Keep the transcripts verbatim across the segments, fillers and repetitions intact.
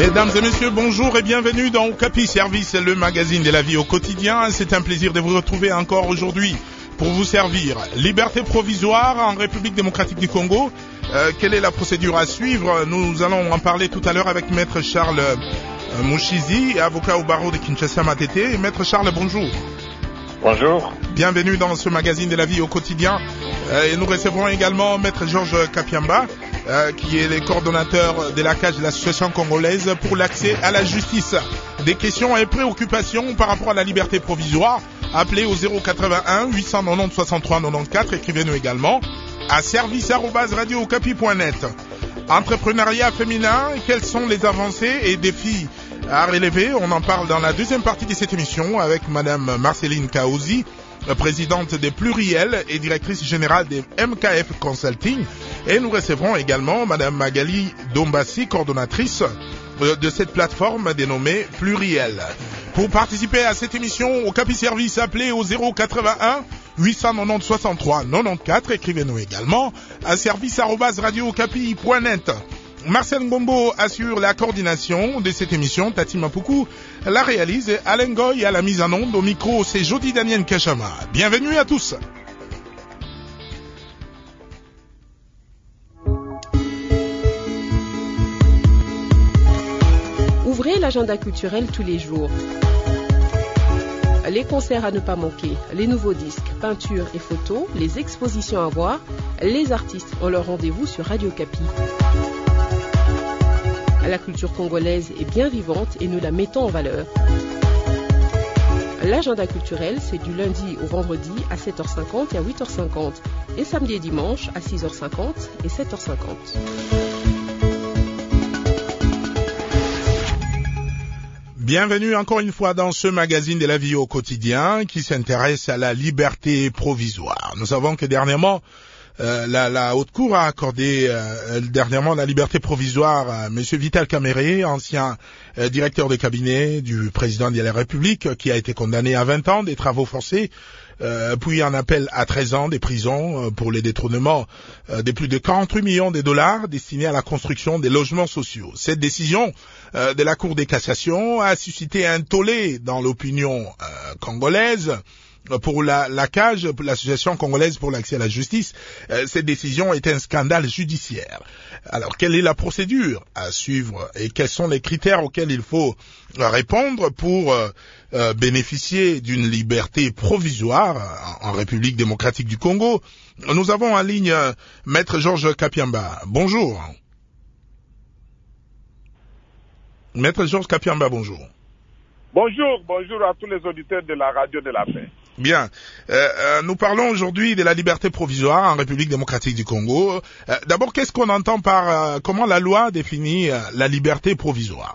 Mesdames et messieurs, bonjour et bienvenue dans Okapi Service, le magazine de la vie au quotidien. C'est un plaisir de vous retrouver encore aujourd'hui pour vous servir. Liberté provisoire en République démocratique du Congo. Euh, quelle est la procédure à suivre? Nous allons en parler tout à l'heure avec Maître Charles euh, Mouchizi, avocat au barreau de Kinshasa Matete. Maître Charles, bonjour. Bonjour. Bienvenue dans ce magazine de la vie au quotidien. Euh, et nous recevrons également Maître Georges Kapiamba, euh, qui est le coordonnateur de la C A J, l'Association congolaise pour l'accès à la justice. Des questions et préoccupations par rapport à la liberté provisoire, appelez au zéro quatre-vingt-un huit cent quatre-vingt-dix soixante-trois quatre-vingt-quatorze. Écrivez-nous également à service arobase radio okapi point net. Entrepreneuriat féminin, quelles sont les avancées et défis à relever? On en parle dans la deuxième partie de cette émission avec Madame Marceline Kaouzi, présidente des Pluriels et directrice générale des M K F Consulting. Et nous recevrons également Madame Magali Dombassi, coordonnatrice de cette plateforme dénommée Pluriel. Pour participer à cette émission, Okapi Service, appelez au zéro quatre-vingt-un huit cent quatre-vingt-dix soixante-trois quatre-vingt-quatorze. Écrivez-nous également à service arobase radio okapi point net. Marcel Ngombo assure la coordination de cette émission. Tati Mapoukou la réalise. Alain Goy à la mise en onde. Au micro, c'est Jody Daniel Kachama. Bienvenue à tous. Ouvrez l'agenda culturel tous les jours. Les concerts à ne pas manquer, les nouveaux disques, peintures et photos, les expositions à voir, les artistes ont leur rendez-vous sur Radio Okapi. La culture congolaise est bien vivante et nous la mettons en valeur. L'agenda culturel, c'est du lundi au vendredi à sept heures cinquante et à huit heures cinquante, et samedi et dimanche à six heures cinquante et sept heures cinquante. Bienvenue encore une fois dans ce magazine de la vie au quotidien qui s'intéresse à la liberté provisoire. Nous savons que dernièrement, Euh, la, la Haute Cour a accordé euh, dernièrement la liberté provisoire à M. Vital Kamerhe, ancien euh, directeur de cabinet du président de la République, qui a été condamné à vingt ans des travaux forcés, euh, puis un appel à treize ans de prison euh, pour les détournements euh, de plus de quarante-huit millions de dollars destinés à la construction des logements sociaux. Cette décision euh, de la Cour de cassation a suscité un tollé dans l'opinion euh, congolaise. Pour la, la C A J, l'Association congolaise pour l'accès à la justice, euh, cette décision est un scandale judiciaire. Alors, quelle est la procédure à suivre et quels sont les critères auxquels il faut répondre pour euh, euh, bénéficier d'une liberté provisoire en, en République démocratique du Congo? Nous avons en ligne euh, Maître Georges Kapiamba. Bonjour. Maître Georges Kapiamba, bonjour. Bonjour, bonjour à tous les auditeurs de la radio de la paix. Bien. Euh, euh, nous parlons aujourd'hui de la liberté provisoire en République démocratique du Congo. Euh, d'abord, qu'est-ce qu'on entend par euh, comment la loi définit euh, la liberté provisoire?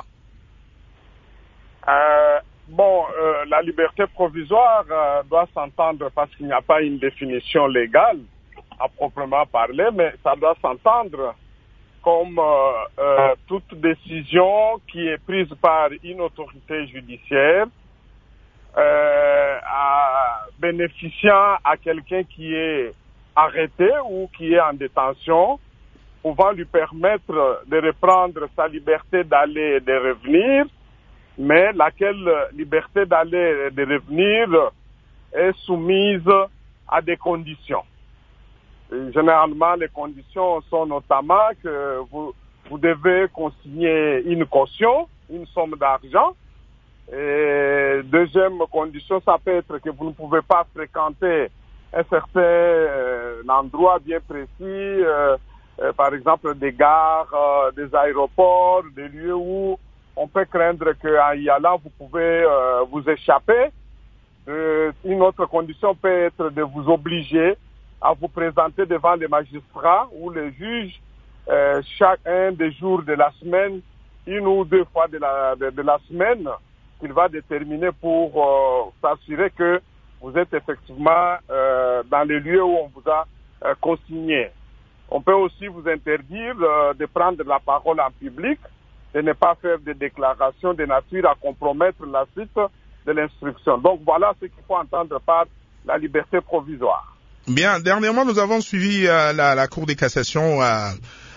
euh, Bon, euh, la liberté provisoire euh, doit s'entendre parce qu'il n'y a pas une définition légale à proprement parler, mais ça doit s'entendre comme euh, euh, toute décision qui est prise par une autorité judiciaire euh, à, bénéficiant à quelqu'un qui est arrêté ou qui est en détention, pouvant lui permettre de reprendre sa liberté d'aller et de revenir, mais laquelle liberté d'aller et de revenir est soumise à des conditions. Et généralement, les conditions sont notamment que vous, vous devez consigner une caution, une somme d'argent. Et deuxième condition, ça peut être que vous ne pouvez pas fréquenter un certain euh, endroit bien précis, euh, euh, par exemple des gares, euh, des aéroports, des lieux où on peut craindre qu'en y allant, vous pouvez euh, vous échapper. Euh, une autre condition peut être de vous obliger à vous présenter devant les magistrats ou les juges euh, chaque un des jours de la semaine, une ou deux fois de la, de, de la semaine, qu'il va déterminer pour euh, s'assurer que vous êtes effectivement euh, dans les lieux où on vous a euh, consigné. On peut aussi vous interdire euh, de prendre la parole en public, de ne pas faire des déclarations de nature à compromettre la suite de l'instruction. Donc voilà ce qu'il faut entendre par la liberté provisoire. Bien, dernièrement nous avons suivi euh, la, la Cour de cassation euh,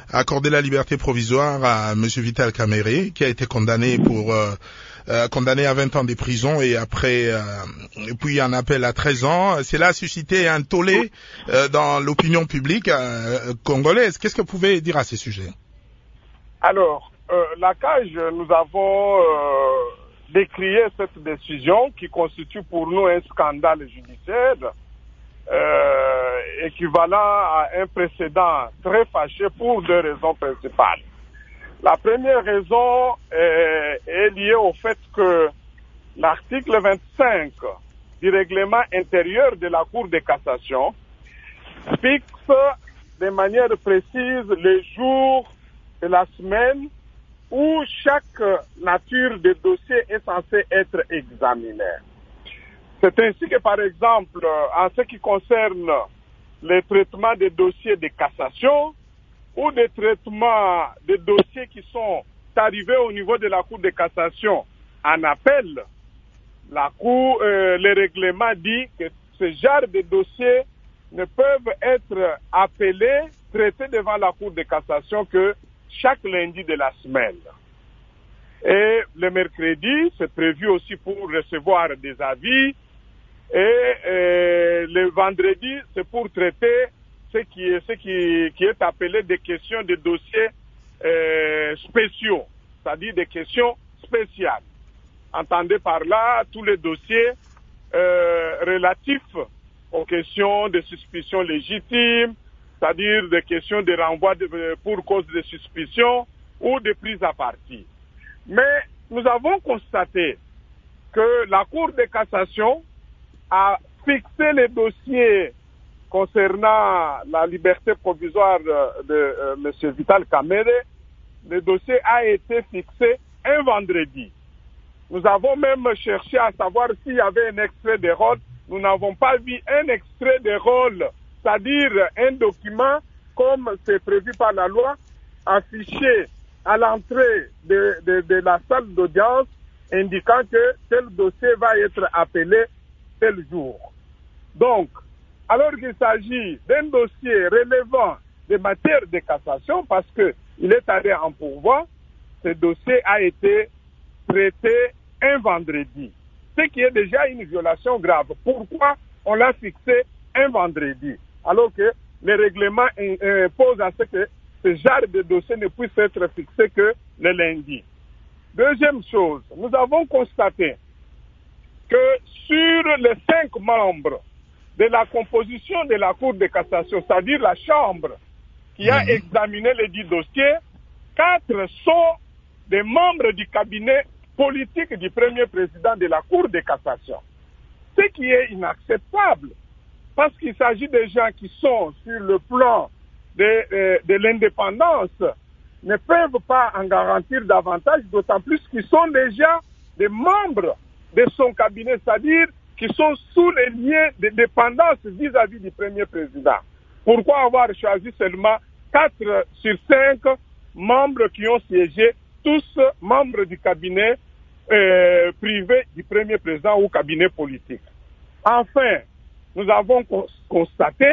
accordé la liberté provisoire à M. Vital Kamerhe, qui a été condamné pour euh, euh, condamné à vingt ans de prison et après euh, et puis un appel à treize ans. Cela a suscité un tollé euh, dans l'opinion publique euh, congolaise. Qu'est-ce que vous pouvez dire à ces sujets? Alors, euh, la CAJ, nous avons euh, décrié cette décision qui constitue pour nous un scandale judiciaire euh, équivalent à un précédent très fâché pour deux raisons principales. La première raison est, est liée au fait que l'article vingt-cinq du règlement intérieur de la Cour de cassation fixe de manière précise les jours de la semaine où chaque nature de dossier est censée être examinée. C'est ainsi que, par exemple, en ce qui concerne le traitement des dossiers de cassation ou des traitements des dossiers qui sont arrivés au niveau de la Cour de cassation en appel, la Cour, euh, le règlement dit que ce genre de dossiers ne peuvent être appelés, traités devant la Cour de cassation que chaque lundi de la semaine. Et le mercredi, c'est prévu aussi pour recevoir des avis. Et euh, le vendredi, c'est pour traiter ce qui est, ce qui, qui est appelé des questions de dossiers euh, spéciaux, c'est-à-dire des questions spéciales. Entendez par là tous les dossiers euh, relatifs aux questions de suspicion légitime, c'est-à-dire des questions de renvoi de, pour cause de suspicion ou de prise à partie. Mais nous avons constaté que la Cour de cassation a fixé les dossiers concernant la liberté provisoire de, de euh, M. Vital Kamerhe. Le dossier a été fixé un vendredi. Nous avons même cherché à savoir s'il y avait un extrait de rôle. Nous n'avons pas vu un extrait de rôle, c'est-à-dire un document, comme c'est prévu par la loi, affiché à l'entrée de, de, de la salle d'audience, indiquant que tel dossier va être appelé tel jour. Donc, alors qu'il s'agit d'un dossier relevant des matières de cassation, parce qu'il est allé en pourvoi, ce dossier a été traité un vendredi, ce qui est déjà une violation grave. Pourquoi on l'a fixé un vendredi, alors que le règlement impose à ce que ce genre de dossier ne puisse être fixé que le lundi. Deuxième chose, nous avons constaté que sur les cinq membres de la composition de la Cour de cassation, c'est-à-dire la Chambre qui a examiné les dix dossiers, quatre sont des membres du cabinet politique du premier président de la Cour de cassation. Ce qui est inacceptable, parce qu'il s'agit de gens qui sont sur le plan de, euh, de l'indépendance, ne peuvent pas en garantir davantage, d'autant plus qu'ils sont déjà des membres de son cabinet, c'est-à-dire qui sont sous les liens de dépendance vis-à-vis du premier président. Pourquoi avoir choisi seulement quatre sur cinq membres qui ont siégé, tous membres du cabinet euh, privé du premier président ou cabinet politique? Enfin, nous avons constaté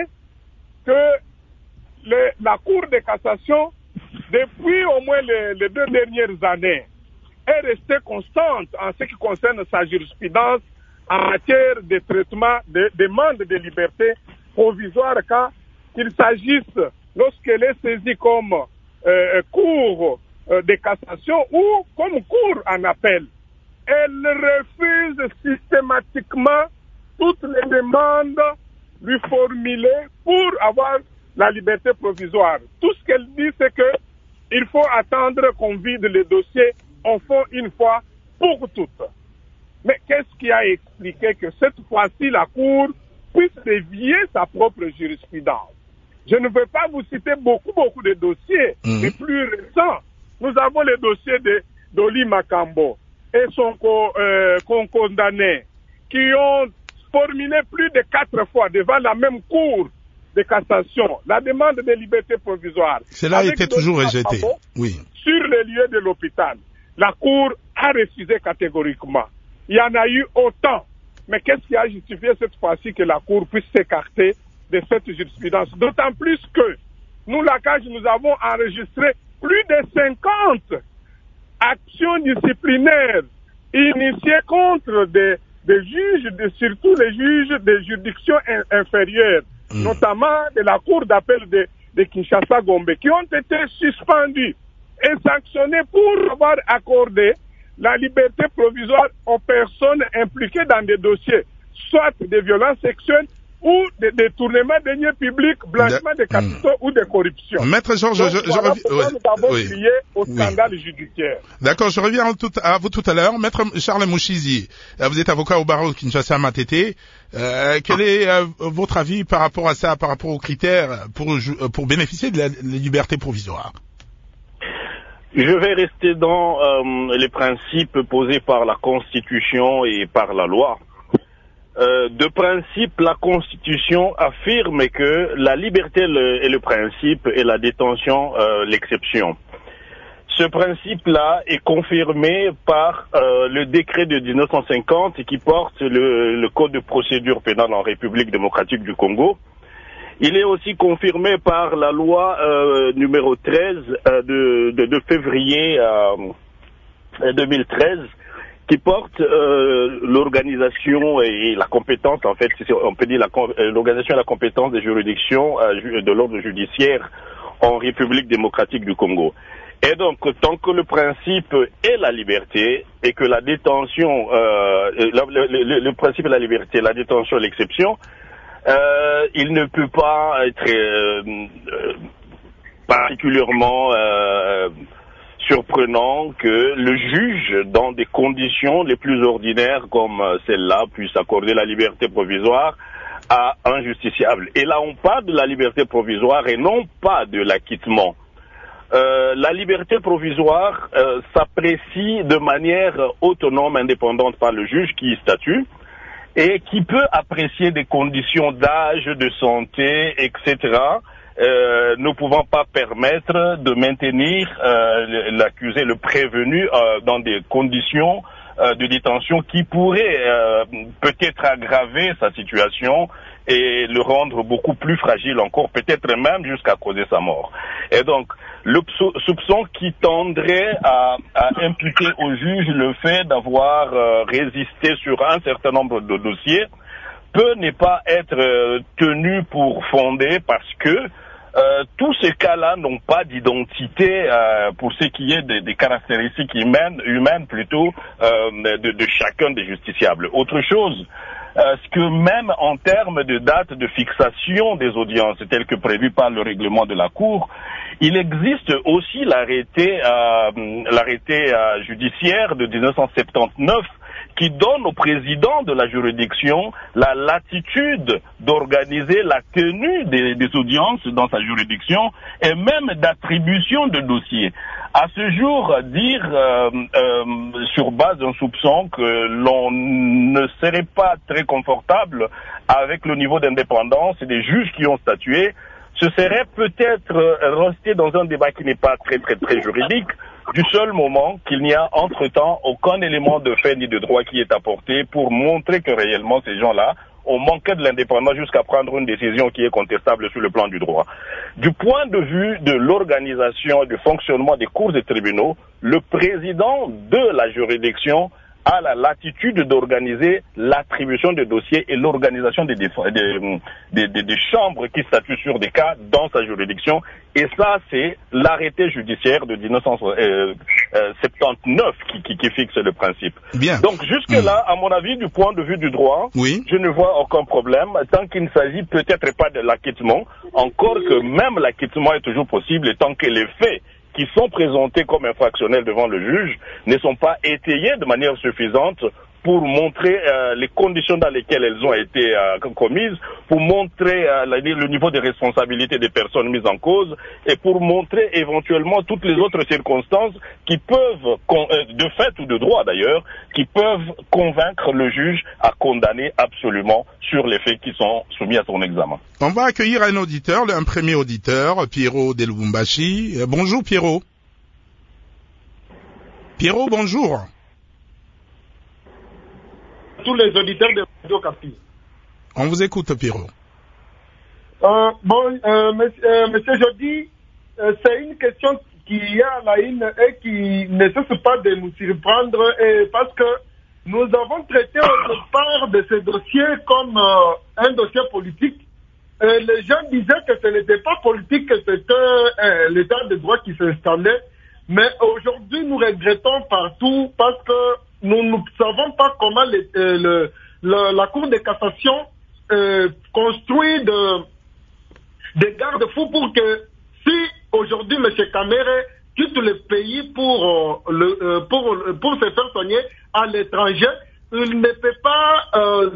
que le, la Cour de cassation, depuis au moins les, les deux dernières années, est restée constante en ce qui concerne sa jurisprudence en matière de traitement de demande de liberté provisoire quand il s'agisse, lorsqu'elle est saisie comme euh, cour euh, de cassation ou comme cour en appel. Elle refuse systématiquement toutes les demandes lui formulées pour avoir la liberté provisoire. Tout ce qu'elle dit, c'est que il faut attendre qu'on vide les dossiers au fond une fois pour toutes. Mais qu'est-ce qui a expliqué que cette fois-ci la Cour puisse dévier sa propre jurisprudence? Je ne veux pas vous citer beaucoup, beaucoup de dossiers, mmh. les plus récents. Nous avons le dossier de Dolly Makambo et son co, euh, condamné qui ont formulé plus de quatre fois devant la même Cour de cassation la demande de liberté provisoire. Cela a été toujours rejeté. Oui. Sur le lieu de l'hôpital, la Cour a refusé catégoriquement. Il y en a eu autant. Mais qu'est-ce qui a justifié cette fois-ci que la Cour puisse s'écarter de cette jurisprudence? D'autant plus que nous, la C A G, nous avons enregistré plus de cinquante actions disciplinaires initiées contre des, des juges, de, surtout les juges des juridictions in, inférieures, mmh. notamment de la Cour d'appel de, de Kinshasa-Gombe, qui ont été suspendus et sanctionnés pour avoir accordé la liberté provisoire aux personnes impliquées dans des dossiers, soit de violences sexuelles ou de détournement de deniers publics, blanchiment de, de capitaux mmh. ou de corruption. Maître Georges, Donc, je, voilà je reviens. Oui, nous avons oui. crié au scandale oui. judiciaire. D'accord, je reviens tout, à vous tout à l'heure. Maître Charles Mouchizi, vous êtes avocat au barreau de Kinshasa Matete. Euh, quel est euh, votre avis par rapport à ça, par rapport aux critères pour, pour bénéficier de la, la liberté provisoire? Je vais rester dans euh, les principes posés par la Constitution et par la loi. Euh, de principe, la Constitution affirme que la liberté est le principe et la détention euh, l'exception. Ce principe-là est confirmé par euh, le décret de mille neuf cent cinquante qui porte le, le Code de procédure pénale en République démocratique du Congo. Il est aussi confirmé par la loi euh, numéro treize euh, de, de, de février euh, deux mille treize qui porte euh, l'organisation et la compétence, en fait, on peut dire l'organisation et la compétence des juridictions euh, de l'ordre judiciaire en République démocratique du Congo. Et donc, tant que le principe est la liberté et que la détention, euh, le, le, le principe est la liberté, la détention est l'exception, euh, il ne peut pas être euh, euh, particulièrement euh, surprenant que le juge, dans des conditions les plus ordinaires comme celle-là, puisse accorder la liberté provisoire à un justiciable. Et là, on parle de la liberté provisoire et non pas de l'acquittement. Euh, la liberté provisoire euh, s'apprécie de manière autonome, indépendante par le juge qui y statue et qui peut apprécier des conditions d'âge, de santé, et cetera, Euh, ne pouvant pas permettre de maintenir euh, l'accusé, le prévenu, euh, dans des conditions euh, de détention qui pourraient euh, peut-être aggraver sa situation et le rendre beaucoup plus fragile encore, peut-être même jusqu'à causer sa mort. Et donc, le soupçon qui tendrait à, à imputer au juge le fait d'avoir euh, résisté sur un certain nombre de dossiers peut ne pas être euh, tenu pour fondé parce que Euh, tous ces cas-là n'ont pas d'identité euh, pour ce qui est des, des caractéristiques humaines, humaines plutôt euh, de, de chacun des justiciables. Autre chose, euh, ce que même en termes de date de fixation des audiences, tel que prévu par le règlement de la Cour, il existe aussi l'arrêté, euh, l'arrêté euh, judiciaire de mille neuf cent soixante-dix-neuf qui donne au président de la juridiction la latitude d'organiser la tenue des, des audiences dans sa juridiction et même d'attribution de dossiers. À ce jour, dire euh, euh, sur base d'un soupçon que l'on ne serait pas très confortable avec le niveau d'indépendance des juges qui ont statué, ce serait peut-être rester dans un débat qui n'est pas très très très juridique, du seul moment qu'il n'y a entre-temps aucun élément de fait ni de droit qui est apporté pour montrer que réellement ces gens-là ont manqué de l'indépendance jusqu'à prendre une décision qui est contestable sur le plan du droit. Du point de vue de l'organisation et du fonctionnement des cours et tribunaux, le président de la juridiction a la latitude d'organiser l'attribution des dossiers et l'organisation des, des, des, des, des chambres qui statuent sur des cas dans sa juridiction. Et ça, c'est l'arrêté judiciaire de mille neuf cent soixante-dix-neuf qui, qui, qui fixe le principe. Bien. Donc jusque-là, mmh. à mon avis, du point de vue du droit, oui. je ne vois aucun problème, tant qu'il ne s'agit peut-être pas de l'acquittement, encore que même l'acquittement est toujours possible, et tant que les faits qui sont présentés comme infractionnels devant le juge ne sont pas étayés de manière suffisante pour montrer euh, les conditions dans lesquelles elles ont été euh, commises, pour montrer euh, le niveau de responsabilité des personnes mises en cause et pour montrer éventuellement toutes les autres circonstances qui peuvent, euh, de fait ou de droit d'ailleurs, qui peuvent convaincre le juge à condamner absolument sur les faits qui sont soumis à son examen. On va accueillir un auditeur, un premier auditeur, Pierrot de Lubumbashi. Euh, bonjour Pierrot. Pierrot, bonjour. Tous les auditeurs de Radio Capi. On vous écoute, Pierrot. Euh, bon, euh, monsieur, euh, monsieur Jody, euh, c'est une question qui est à la une et qui ne cesse pas de nous surprendre et parce que nous avons traité au départ de ce dossier comme euh, un dossier politique. Euh, les gens disaient que ce n'était pas politique, que c'était euh, l'état de droit qui s'installait. Mais aujourd'hui, nous regrettons partout parce que nous ne savons pas comment les, euh, le, le, la Cour de cassation euh, construit de, des garde-fous pour que si aujourd'hui M. Kamere quitte le pays pour, euh, le, euh, pour, pour se faire soigner à l'étranger, il ne peut pas euh,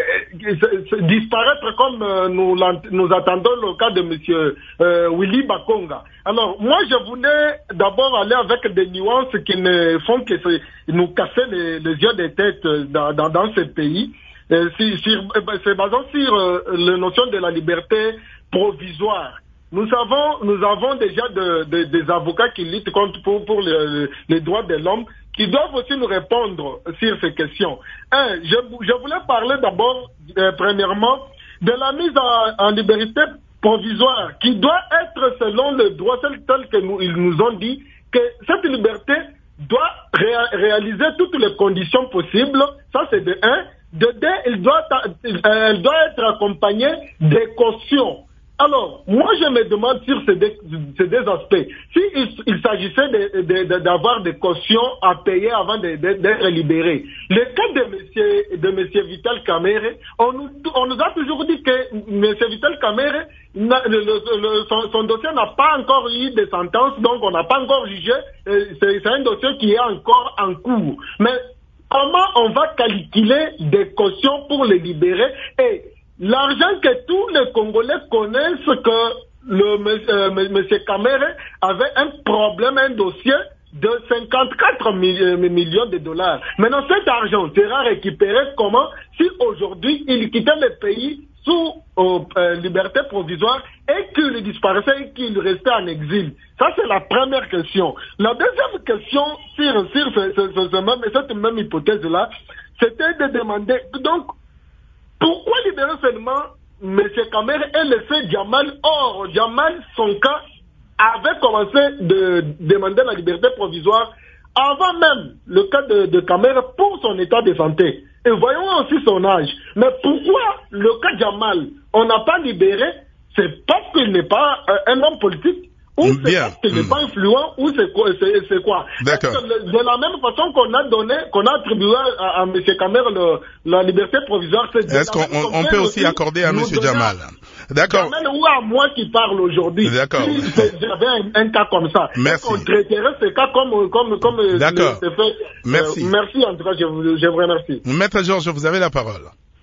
euh, disparaître comme euh, nous, nous attendons le cas de M. Euh, Willy Bakonga. Alors, moi, je voulais d'abord aller avec des nuances qui ne font que nous casser les, les yeux des têtes dans, dans, dans ce pays. Euh, si, si, c'est basant sur euh, la notion de la liberté provisoire. Nous avons, nous avons déjà de, de, des avocats qui luttent contre pour, pour les, les droits de l'homme, qui doivent aussi nous répondre sur ces questions. Un, je, je voulais parler d'abord, euh, premièrement, de la mise en, en liberté provisoire, qui doit être selon le droit tel, tel que nous, ils nous ont dit, que cette liberté doit ré, réaliser toutes les conditions possibles. Ça, c'est de un. De deux, il doit, elle doit être accompagnée des cautions. Alors, moi, je me demande sur ces deux, ces deux aspects. S'il si il s'agissait de, de, de, d'avoir des cautions à payer avant de, de, d'être libéré. Le cas de monsieur, de monsieur Vital Kamerhe, on nous, on nous a toujours dit que monsieur Vital Kamerhe, le, le, le, son, son dossier n'a pas encore eu de sentence, donc on n'a pas encore jugé. C'est, c'est un dossier qui est encore en cours. Mais comment on va calculer des cautions pour les libérer et l'argent que tous les Congolais connaissent que le euh, monsieur Kamere avait un problème, un dossier de cinquante-quatre millions de dollars. Maintenant, cet argent sera récupéré comment si aujourd'hui il quittait le pays sous euh, euh, liberté provisoire et qu'il disparaissait et qu'il restait en exil. Ça, c'est la première question. La deuxième question sur, sur ce, ce, ce, ce même, cette même hypothèse-là, c'était de demander, donc, pourquoi libérer seulement M. Kamere et laisser Djamal? Or, Djamal, son cas, avait commencé de demander la liberté provisoire avant même le cas de, de Kamere pour son état de santé. Et voyons aussi son âge. Mais pourquoi le cas Djamal, on n'a pas libéré? C'est parce qu'il n'est pas euh, un homme politique, ou c'est Bien. parce qu'il n'est mmh. pas influent, ou c'est quoi, c'est, c'est quoi? D'accord. De la même façon qu'on a donné, qu'on a attribué à, à M. Kamere le, la liberté provisoire, c'est Est-ce qu'on on, on peut aussi, aussi accorder à M. Djamal? D'accord. Djamal ou à moi qui parle aujourd'hui. D'accord. Si j'avais un, un cas comme ça, merci. On traiterait ce cas comme, comme, comme D'accord. c'est fait. Merci. Euh, merci en tout cas, je vous, je vous remercie. Maître Georges, vous avez la parole.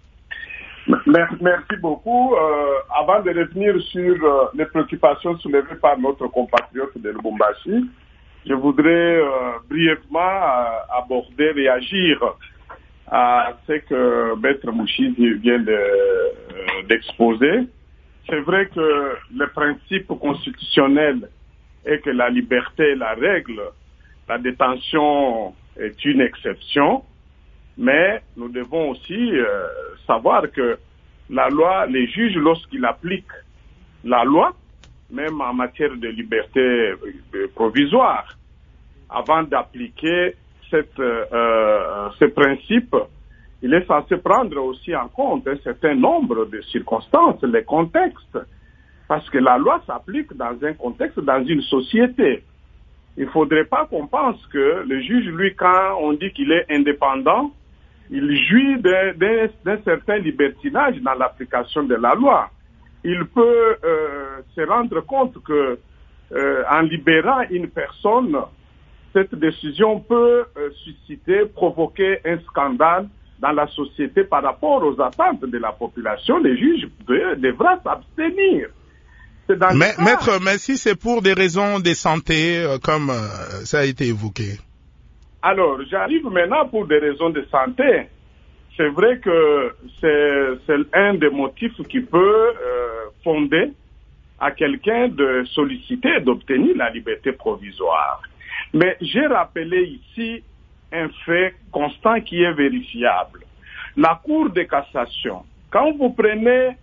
Merci beaucoup. Euh, avant de revenir sur euh, les préoccupations soulevées par notre compatriote de Lubumbashi, je voudrais euh, brièvement euh, aborder, réagir à ce que Maître Mouchi vient de, euh, d'exposer. C'est vrai que le principe constitutionnel est que la liberté est la règle, la détention est une exception. Mais nous devons aussi euh, savoir que la loi, les juges, lorsqu'ils appliquent la loi, même en matière de liberté euh, provisoire, avant d'appliquer cette, euh, ce principe, il est censé prendre aussi en compte un certain nombre de circonstances, les contextes, parce que la loi s'applique dans un contexte, dans une société. Il ne faudrait pas qu'on pense que le juge, lui, quand on dit qu'il est indépendant, il jouit d'un, d'un, d'un certain libertinage dans l'application de la loi. Il peut euh, se rendre compte que, euh, en libérant une personne, cette décision peut euh, susciter, provoquer un scandale dans la société par rapport aux attentes de la population. Les juges de, devraient s'abstenir. Mais, maître, mais si c'est pour des raisons de santé, euh, comme euh, ça a été évoqué. Alors, j'arrive maintenant pour des raisons de santé. C'est vrai que c'est, c'est un des motifs qui peut euh, fonder à quelqu'un de solliciter, d'obtenir la liberté provisoire. Mais j'ai rappelé ici un fait constant qui est vérifiable. La Cour de cassation, quand vous prenez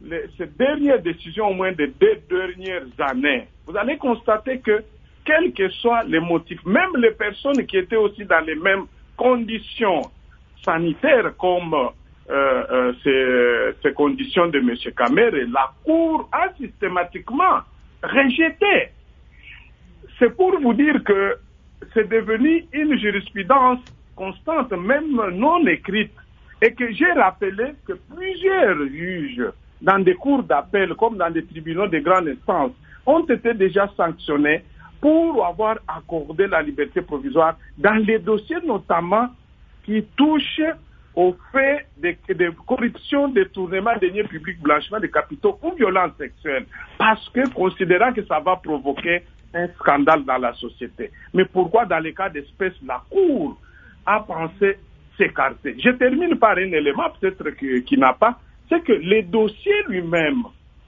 les, ces dernières décisions, au moins des deux dernières années, vous allez constater que, quels que soient les motifs, même les personnes qui étaient aussi dans les mêmes conditions sanitaires comme euh, euh, ces, ces conditions de M. Kamere, la Cour a systématiquement rejeté. C'est pour vous dire que c'est devenu une jurisprudence constante, même non écrite, et que j'ai rappelé que plusieurs juges, dans des cours d'appel comme dans des tribunaux de grande instance, ont été déjà sanctionnés pour avoir accordé la liberté provisoire dans les dossiers notamment qui touchent au fait de, de corruption, détournement de deniers publics, blanchiment de capitaux ou violence sexuelle, parce que considérant que ça va provoquer un scandale dans la société. Mais pourquoi dans les cas d'espèce la Cour a pensé s'écarter? Je termine par un élément peut-être qui, qui n'a pas, c'est que le dossier lui-même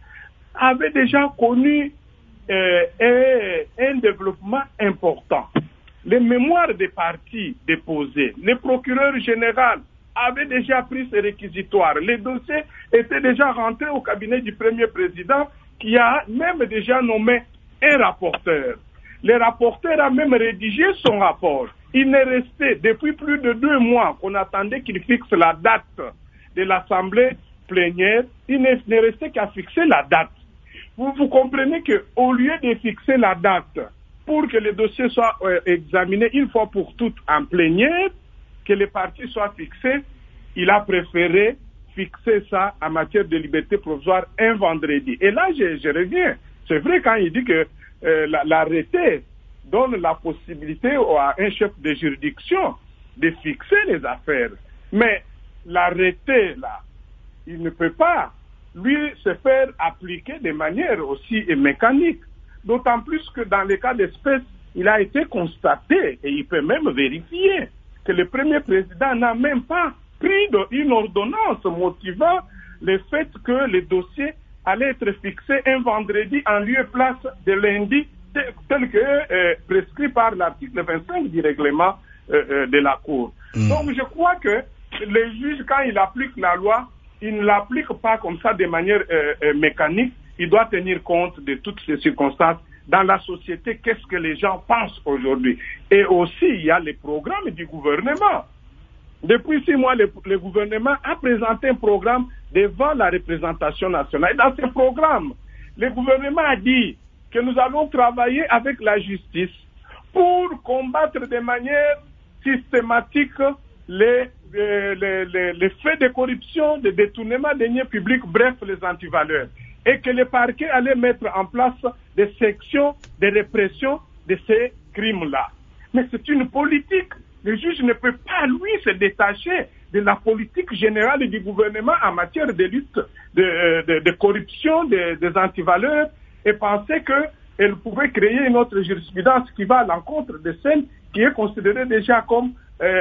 avait déjà connu euh, un, un développement important. Les mémoires des parties déposées, le procureur général avait déjà pris ses réquisitoires. Les dossiers étaient déjà rentrés au cabinet du premier président qui a même déjà nommé un rapporteur. Le rapporteur a même rédigé son rapport. Il n'est resté depuis plus de deux mois qu'on attendait qu'il fixe la date de l'assemblée plénière. Il n'est resté qu'à fixer la date. Vous, vous comprenez qu'au lieu de fixer la date pour que le dossier soit euh, examiné une fois pour toutes en plénière, que les parties soient fixées, il a préféré fixer ça en matière de liberté provisoire un vendredi. Et là, je, je reviens. C'est vrai quand il dit que euh, l'arrêté donne la possibilité à un chef de juridiction de fixer les affaires. Mais l'arrêté, là, il ne peut pas, lui, se faire appliquer de manière aussi mécanique. D'autant plus que dans les cas d'espèce, il a été constaté, et il peut même vérifier, que le premier président n'a même pas pris une ordonnance motivant le fait que le dossier allait être fixé un vendredi en lieu et place de lundi, tel que euh, prescrit par l'article vingt-cinq du règlement euh, euh, de la Cour. Mmh. Donc je crois que les juges, quand ils appliquent la loi, ils ne l'appliquent pas comme ça de manière euh, euh, mécanique. Il doit tenir compte de toutes ces circonstances dans la société, qu'est-ce que les gens pensent aujourd'hui. Et aussi, il y a les programmes du gouvernement. Depuis six mois, le, le gouvernement a présenté un programme devant la représentation nationale. Et dans ce programme, le gouvernement a dit que nous allons travailler avec la justice pour combattre de manière systématique les, les, les, les, les faits de corruption, de détournement de deniers publics, bref, les antivaleurs. Et que le parquet allait mettre en place des sections de répression de ces crimes-là. Mais c'est une politique. Le juge ne peut pas, lui, se détacher de la politique générale du gouvernement en matière de lutte de, de, de corruption, de, des antivaleurs, et penser qu'elle pouvait créer une autre jurisprudence qui va à l'encontre de celle qui est considérée déjà comme, euh,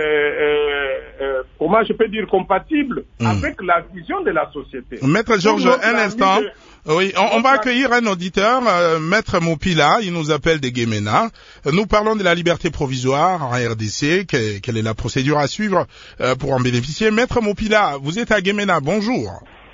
euh, euh, comment je peux dire, compatible mmh. avec la vision de la société. Maître Georges, un instant. De... Oui, on, on va accueillir un auditeur, euh, Maître Mopila, il nous appelle des Guémena. Nous parlons de la liberté provisoire en R D C, que, quelle est la procédure à suivre euh, pour en bénéficier. Maître Mopila, vous êtes à Guémena, bonjour.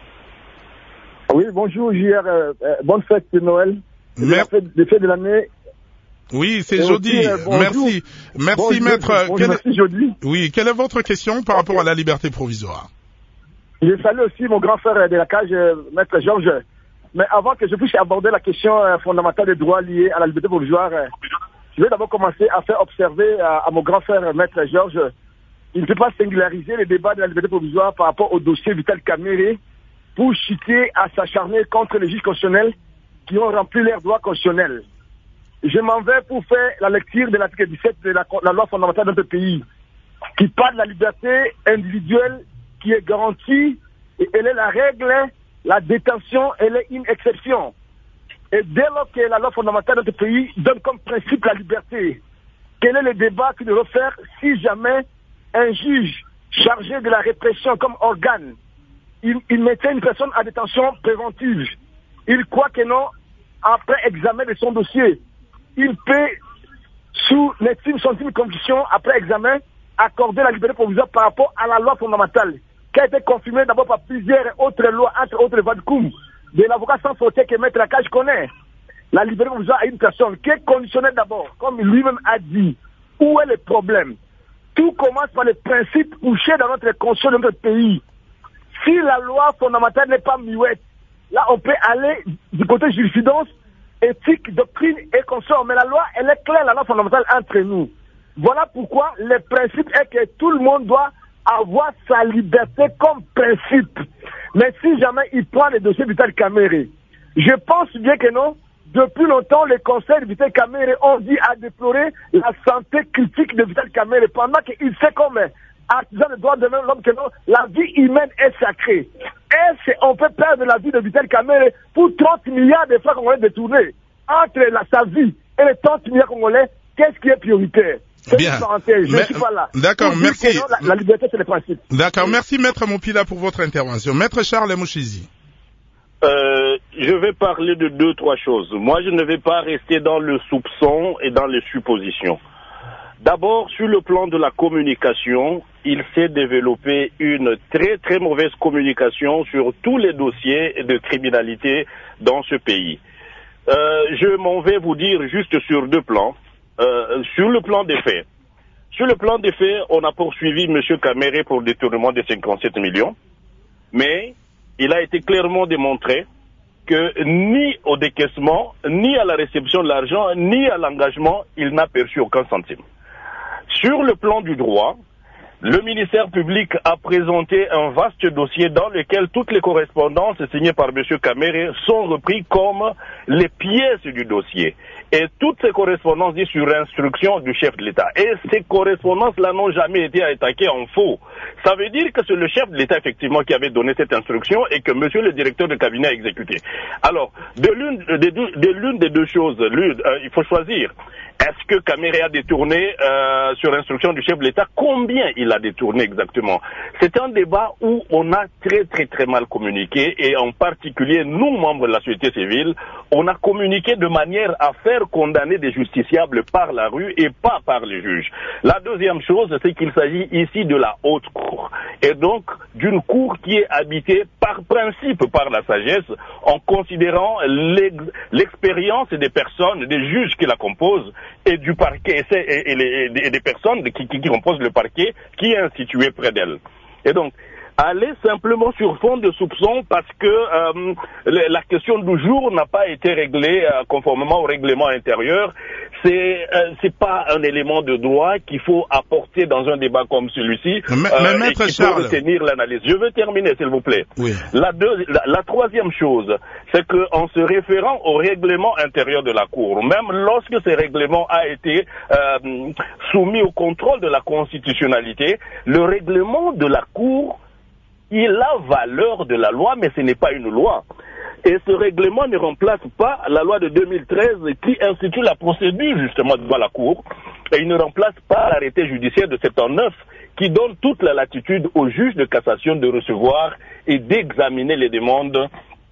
Oui, bonjour, J R, euh, bonne fête de Noël, Mer... les fêtes de l'année. Oui, c'est Jody. Euh, merci. Merci, bonjour, maître. Bonjour, quelle... Merci, Jody. Oui, quelle est votre question par okay. rapport à la liberté provisoire? Je salue aussi mon grand frère de la cage, maître Georges. Mais avant que je puisse aborder la question euh, fondamentale des droits liés à la liberté provisoire, euh, je vais d'abord commencer à faire observer à, à mon grand frère, maître Georges, il ne peut pas singulariser les débats de la liberté provisoire par rapport au dossier Vital Kamere pour chuter à s'acharner contre les juges constitutionnels qui ont rempli leurs droits constitutionnels. Je m'en vais pour faire la lecture de l'article dix-sept de la, la loi fondamentale de notre pays, qui parle de la liberté individuelle qui est garantie, et elle est la règle, la détention, elle est une exception. Et dès lors que la loi fondamentale de notre pays donne comme principe la liberté, quel est le débat qu'il devrait faire si jamais un juge chargé de la répression comme organe, il, il mettait une personne à détention préventive, il croit que non, après examen de son dossier, il peut, sous l'estime centime condition, après examen, accorder la liberté provisoire par rapport à la loi fondamentale. qui a été confirmé d'abord par plusieurs autres lois, entre autres Vadkoum, de l'avocat sans frontières que Maître Lacage connaît. La liberté provisoire à une personne qui est conditionnée d'abord, comme lui-même a dit. Où est le problème? Tout commence par les principes couchés dans notre constitution de notre pays. Si la loi fondamentale n'est pas muette, là on peut aller du côté jurisprudence, éthique, doctrine et consort. Mais la loi, elle est claire, la loi fondamentale entre nous. Voilà pourquoi le principe est que tout le monde doit avoir sa liberté comme principe. Mais si jamais il prend le dossier Vital Kamerhe, je pense bien que non, depuis longtemps, les conseils de Vital Kamerhe ont dit à déplorer la santé critique de Vital Kamerhe pendant qu'il sait comme artisan de droits de l'homme que non, la vie humaine est sacrée. Est-ce qu'on peut perdre la vie de Vital Kamerhe pour trente milliards de francs congolais détournés? Entre la, sa vie et les trente milliards congolais, qu'est-ce qui est prioritaire? Bien. Je ne suis pas là. D'accord, merci. Non, la, la liberté, c'est le principe. D'accord, merci Maître Moupila pour votre intervention. Maître Charles Mouchizi. Euh, je vais parler de deux, trois choses. Moi, je ne vais pas rester dans le soupçon et dans les suppositions. D'abord, sur le plan de la communication, il s'est développé une très, très mauvaise communication sur tous les dossiers de criminalité dans ce pays. Euh, je m'en vais vous dire juste sur deux plans. Euh, sur le plan des faits. Sur le plan des faits, on a poursuivi M. Kamerhe pour détournement de cinquante-sept millions, mais il a été clairement démontré que ni au décaissement, ni à la réception de l'argent, ni à l'engagement, il n'a perçu aucun centime. Sur le plan du droit, le ministère public a présenté un vaste dossier dans lequel toutes les correspondances signées par M. Kamerhe sont reprises comme les pièces du dossier. Et toutes ces correspondances disent sur instruction du chef de l'État. Et ces correspondances-là n'ont jamais été attaquées en faux. Ça veut dire que c'est le chef de l'État, effectivement, qui avait donné cette instruction et que monsieur le directeur de cabinet a exécuté. Alors, de l'une des deux, de l'une des deux choses, l'une, euh, il faut choisir. Est-ce que Kamerhe a détourné euh, sur instruction du chef de l'État? Combien il a détourné exactement? C'est un débat où on a très très très mal communiqué et en particulier nous, membres de la société civile, on a communiqué de manière à faire condamner des justiciables par la rue et pas par les juges. La deuxième chose, c'est qu'il s'agit ici de la haute cour et donc d'une cour qui est habitée par principe par la sagesse en considérant l'expérience des personnes, des juges qui la composent et du parquet et, et, et, les, et des personnes qui, qui, qui composent le parquet qui est institué près d'elle. Et donc, aller simplement sur fond de soupçons parce que euh, la question du jour n'a pas été réglée euh, conformément au règlement intérieur, c'est euh, c'est pas un élément de droit qu'il faut apporter dans un débat comme celui-ci. Mais, euh, mais maître et qu'il Charles, faut retenir l'analyse. Je veux terminer, s'il vous plaît. Oui. La, deux, la, la troisième chose, c'est qu'en se référant au règlement intérieur de la Cour, même lorsque ce règlement a été euh, soumis au contrôle de la constitutionnalité, le règlement de la Cour il a valeur de la loi, mais ce n'est pas une loi. Et ce règlement ne remplace pas la loi de deux mille treize qui institue la procédure justement devant la Cour. Et il ne remplace pas l'arrêté judiciaire de septembre-neuf qui donne toute la latitude au juge de cassation de recevoir et d'examiner les demandes,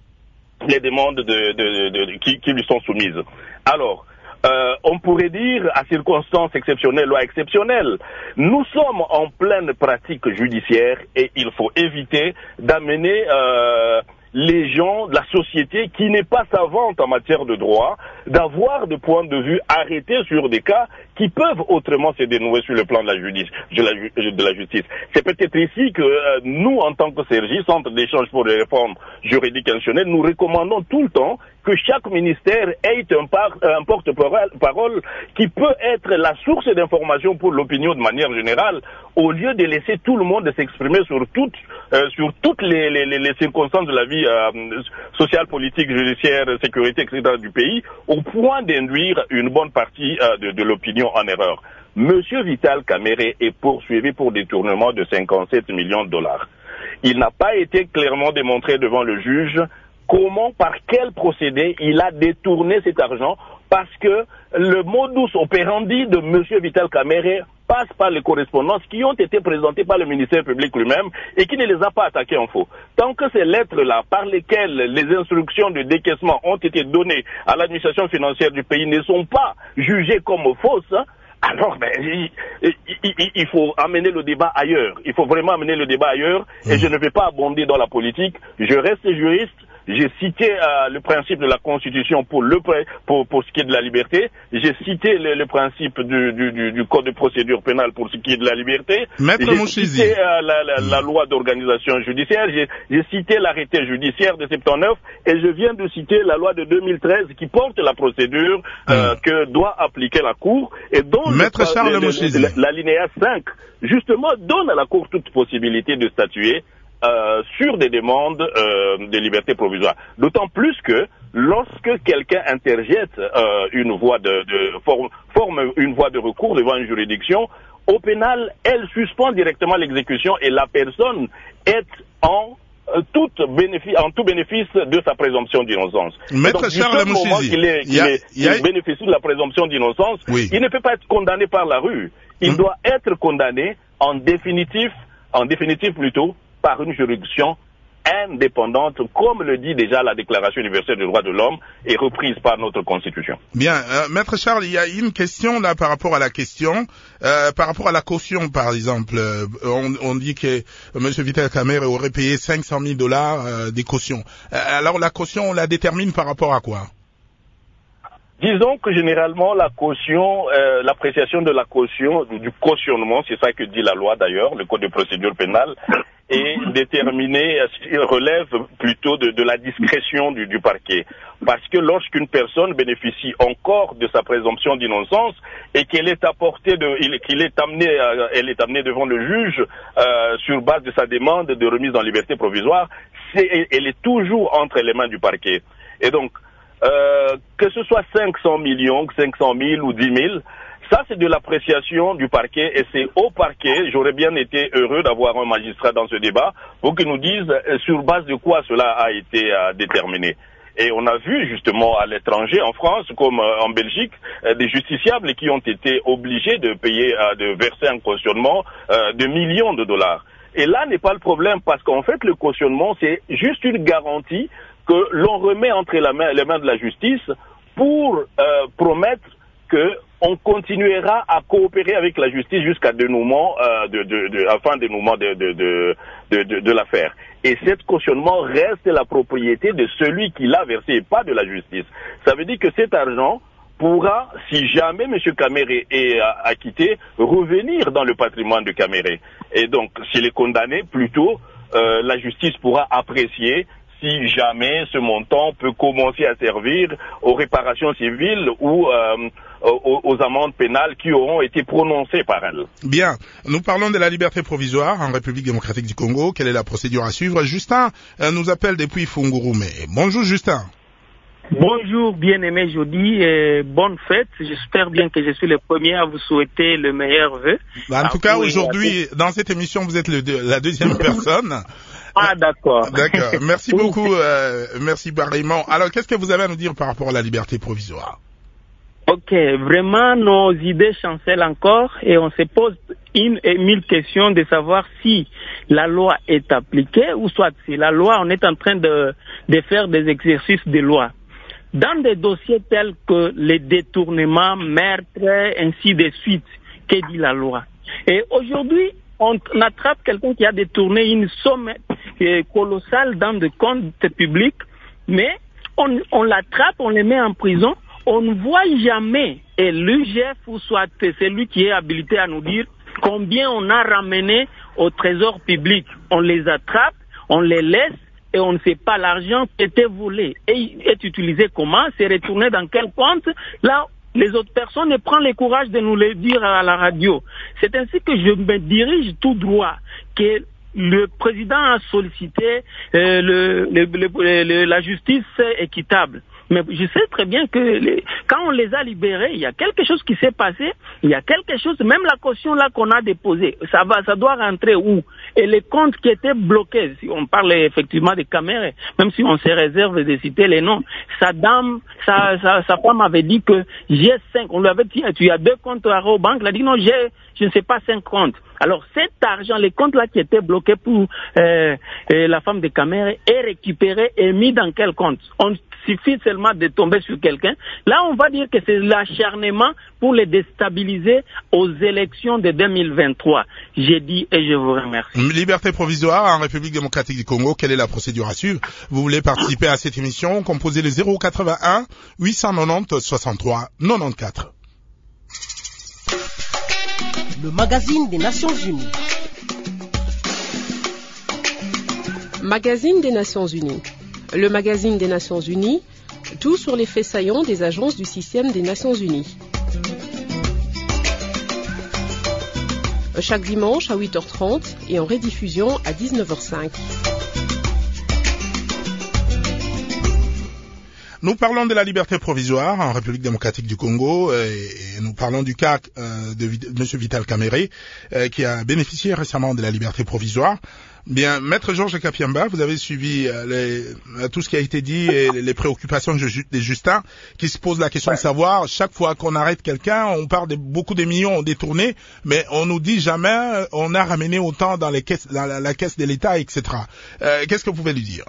les demandes de, de, de, de, qui, qui lui sont soumises. Alors, Euh, on pourrait dire à circonstances exceptionnelles ou exceptionnelles. Nous sommes en pleine pratique judiciaire et il faut éviter d'amener euh, les gens de la société qui n'est pas savante en matière de droit, d'avoir des points de vue arrêtés sur des cas qui peuvent autrement se dénouer sur le plan de la justice. De la, de la justice. C'est peut-être ici que euh, nous, en tant que C R J, Centre d'échange pour les réformes juridiques institutionnelles, nous recommandons tout le temps que chaque ministère ait un, par, un porte-parole qui peut être la source d'information pour l'opinion de manière générale, au lieu de laisser tout le monde s'exprimer sur toutes, euh, sur toutes les, les, les circonstances de la vie euh, sociale, politique, judiciaire, sécurité, et cetera du pays, au point d'induire une bonne partie euh, de, de l'opinion en erreur. Monsieur Vital Kamerhe est poursuivi pour détournement de cinquante-sept millions de dollars. Il n'a pas été clairement démontré devant le juge comment, par quel procédé il a détourné cet argent, parce que le modus operandi de M. Vital Kamerhe passe par les correspondances qui ont été présentées par le ministère public lui-même et qui ne les a pas attaquées en faux. Tant que ces lettres-là, par lesquelles les instructions de décaissement ont été données à l'administration financière du pays, ne sont pas jugées comme fausses, alors ben, il, il, il faut amener le débat ailleurs. Il faut vraiment amener le débat ailleurs. Et je ne vais pas abonder dans la politique. Je reste juriste. J'ai cité euh, le principe de la Constitution pour le pour pour ce qui est de la liberté. J'ai cité le, le principe du, du, du Code de procédure pénale pour ce qui est de la liberté. Maître J'ai Mouchizi. cité euh, la, la, la loi d'organisation judiciaire. J'ai, j'ai cité l'arrêté judiciaire de soixante-dix-neuf et je viens de citer la loi de deux mille treize qui porte la procédure euh, mm. que doit appliquer la Cour et dont Maître le, Charles Mouchizi. l'alinéa cinq justement donne à la Cour toute possibilité de statuer Euh, sur des demandes euh, de liberté provisoire. D'autant plus que lorsque quelqu'un interjette euh, une voie de, de forme, forme une voie de recours devant une juridiction, au pénal, elle suspend directement l'exécution et la personne est en euh, tout bénéfice, en tout bénéfice de sa présomption d'innocence. Maître donc, Charles Mouchizi, qu'il est, qu'il est, qu'il a... bénéficie de la présomption d'innocence, oui. il ne peut pas être condamné par la rue. Il hum. doit être condamné en définitif, en définitif plutôt, par une juridiction indépendante, comme le dit déjà la Déclaration universelle des droits de l'homme et reprise par notre Constitution. Bien, euh, Maître Charles, il y a une question là par rapport à la question, euh, par rapport à la caution par exemple. Euh, on, on dit que euh, M. Vital Kamerhe aurait payé cinq cent mille dollars euh, des cautions. Euh, alors la caution, on la détermine par rapport à quoi? Disons que généralement la caution, euh, l'appréciation de la caution, du cautionnement, c'est ça que dit la loi d'ailleurs, le Code de procédure pénale, est déterminé, relève plutôt de, de la discrétion du, du parquet. Parce que lorsqu'une personne bénéficie encore de sa présomption d'innocence et qu'elle est apportée de, qu'il est amené, elle est amenée devant le juge euh, sur base de sa demande de remise en liberté provisoire, c'est, elle est toujours entre les mains du parquet. Et donc, Euh, que ce soit cinq cents millions, cinq cent mille ou dix mille, ça c'est de l'appréciation du parquet et c'est au parquet. J'aurais bien été heureux d'avoir un magistrat dans ce débat pour qu'il nous dise euh, sur base de quoi cela a été euh, déterminé. Et on a vu justement à l'étranger, en France comme euh, en Belgique, euh, des justiciables qui ont été obligés de payer, euh, de verser un cautionnement euh, de millions de dollars. Et là n'est pas le problème parce qu'en fait le cautionnement c'est juste une garantie que l'on remet entre la main, les mains de la justice pour euh, promettre qu'on continuera à coopérer avec la justice jusqu'à dénouement, euh, de, de, de, enfin dénouement de, de, de, de, de, de l'affaire. Et cet cautionnement reste la propriété de celui qui l'a versé et pas de la justice. Ça veut dire que cet argent pourra, si jamais M. Kamerhe est acquitté, revenir dans le patrimoine de Kamerhe. Et donc, s'il est condamné, plutôt, euh, la justice pourra apprécier si jamais ce montant peut commencer à servir aux réparations civiles ou euh, aux, aux amendes pénales qui auront été prononcées par elle. Bien, nous parlons de la liberté provisoire en République démocratique du Congo. Quelle est la procédure à suivre? Justin euh, nous appelle depuis Fungurume. Bonjour Justin. Bonjour bien-aimé Jody, et bonne fête. J'espère bien que je suis le premier à vous souhaiter le meilleur vœu. En tout cas, aujourd'hui, dans cette émission, vous êtes le deux, la deuxième personne. Ah, d'accord. D'accord. Merci beaucoup. Euh, merci pareillement. Alors, qu'est-ce que vous avez à nous dire par rapport à la liberté provisoire? Ok, vraiment, nos idées chancellent encore et on se pose une et mille questions de savoir si la loi est appliquée ou soit si la loi, on est en train de, de faire des exercices de loi. Dans des dossiers tels que les détournements, meurtres, ainsi de suite, que dit la loi? Et aujourd'hui, on attrape quelqu'un qui a détourné une somme euh, colossale dans des comptes publics, mais on, on l'attrape, on le met en prison, on ne voit jamais, et l'U G F ou soit celui qui est habilité à nous dire combien on a ramené au trésor public. On les attrape, on les laisse, et on ne sait pas l'argent qui était volé. Et est utilisé comment? C'est retourné dans quel compte? Là, les autres personnes ne prennent le courage de nous le dire à la radio. C'est ainsi que je me dirige tout droit, que le président a sollicité euh, le, le, le, le, la justice équitable. Mais je sais très bien que les, quand on les a libérés, il y a quelque chose qui s'est passé, il y a quelque chose, même la caution là qu'on a déposée, ça va, ça doit rentrer où? Et les comptes qui étaient bloqués, si on parle effectivement de Kamerhe, même si on se réserve de citer les noms, sa dame, sa, sa, sa femme avait dit que j'ai cinq, on lui avait dit, tu as deux comptes à Rabobank, elle a dit non, j'ai, je ne sais pas, cinq comptes. Alors cet argent, les comptes là qui étaient bloqués pour euh, euh, la femme de Kamerhe est récupéré et mis dans quel compte? On suffit seulement de tomber sur quelqu'un. Là, on va dire que c'est l'acharnement pour les déstabiliser aux élections de deux mille vingt-trois. J'ai dit et je vous remercie. Liberté provisoire en République démocratique du Congo, quelle est la procédure à suivre? Vous voulez participer à cette émission? Composez le zéro quatre-vingt-un huit cent quatre-vingt-dix soixante-trois quatre-vingt-quatorze. Le magazine des Nations Unies. Magazine des Nations Unies. Le magazine des Nations Unies, tout sur les faits saillants des agences du système des Nations Unies. Chaque dimanche à huit heures trente et en rediffusion à dix-neuf heures cinq. Nous parlons de la liberté provisoire en République démocratique du Congo et, et nous parlons du cas euh, de, de M. Vital Kamerhe euh, qui a bénéficié récemment de la liberté provisoire. Bien, Maître Georges Kapiamba, vous avez suivi euh, les, tout ce qui a été dit et les préoccupations des Justins qui se posent la question de savoir, chaque fois qu'on arrête quelqu'un, on parle de beaucoup de millions détournés, mais on nous dit jamais on a ramené autant dans les caisses, dans la, la caisse de l'État, et cetera. Euh, qu'est-ce que vous pouvez lui dire?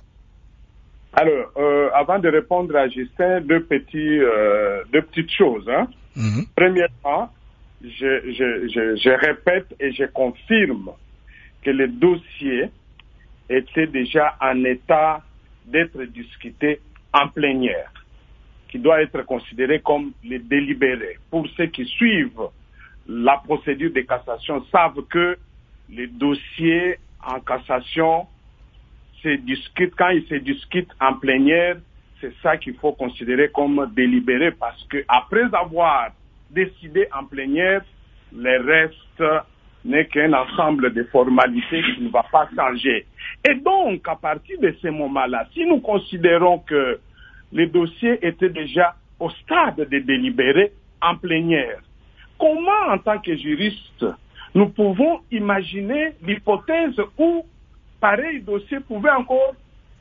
Alors, euh, avant de répondre à Justin, deux, petits, euh, deux petites choses. Hein. Mm-hmm. Premièrement, je, je, je, je répète et je confirme que le dossier était déjà en état d'être discuté en plénière, qui doit être considéré comme le délibéré. Pour ceux qui suivent la procédure de cassation savent que les dossiers en cassation se discutent, quand ils se discutent en plénière, c'est ça qu'il faut considérer comme délibéré parce que après avoir décidé en plénière, le reste n'est qu'un ensemble de formalités qui ne va pas changer. Et donc, à partir de ce moment-là, si nous considérons que le dossier était déjà au stade de délibéré en plénière, comment, en tant que juriste, nous pouvons imaginer l'hypothèse où pareil dossier pouvait encore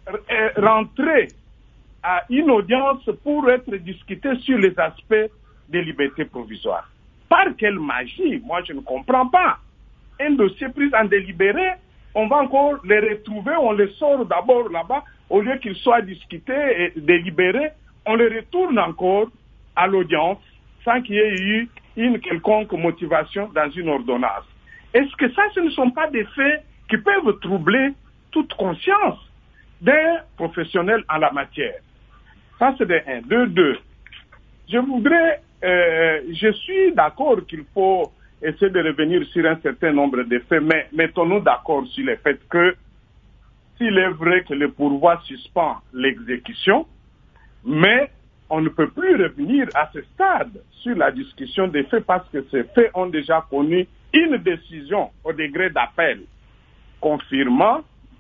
rentrer à une audience pour être discuté sur les aspects des libertés provisoires? Par quelle magie? Moi, je ne comprends pas. Un dossier pris en délibéré, on va encore les retrouver, on les sort d'abord là-bas, au lieu qu'ils soient discutés et délibérés, on les retourne encore à l'audience sans qu'il y ait eu une quelconque motivation dans une ordonnance. Est-ce que ça, ce ne sont pas des faits qui peuvent troubler toute conscience d'un professionnel en la matière? Ça, c'est de un. De deux, je voudrais, euh, je suis d'accord qu'il faut essayer de revenir sur un certain nombre de faits, mais mettons-nous d'accord sur le fait que s'il est vrai que le pourvoi suspend l'exécution, mais on ne peut plus revenir à ce stade sur la discussion des faits parce que ces faits ont déjà connu une décision au degré d'appel confirmant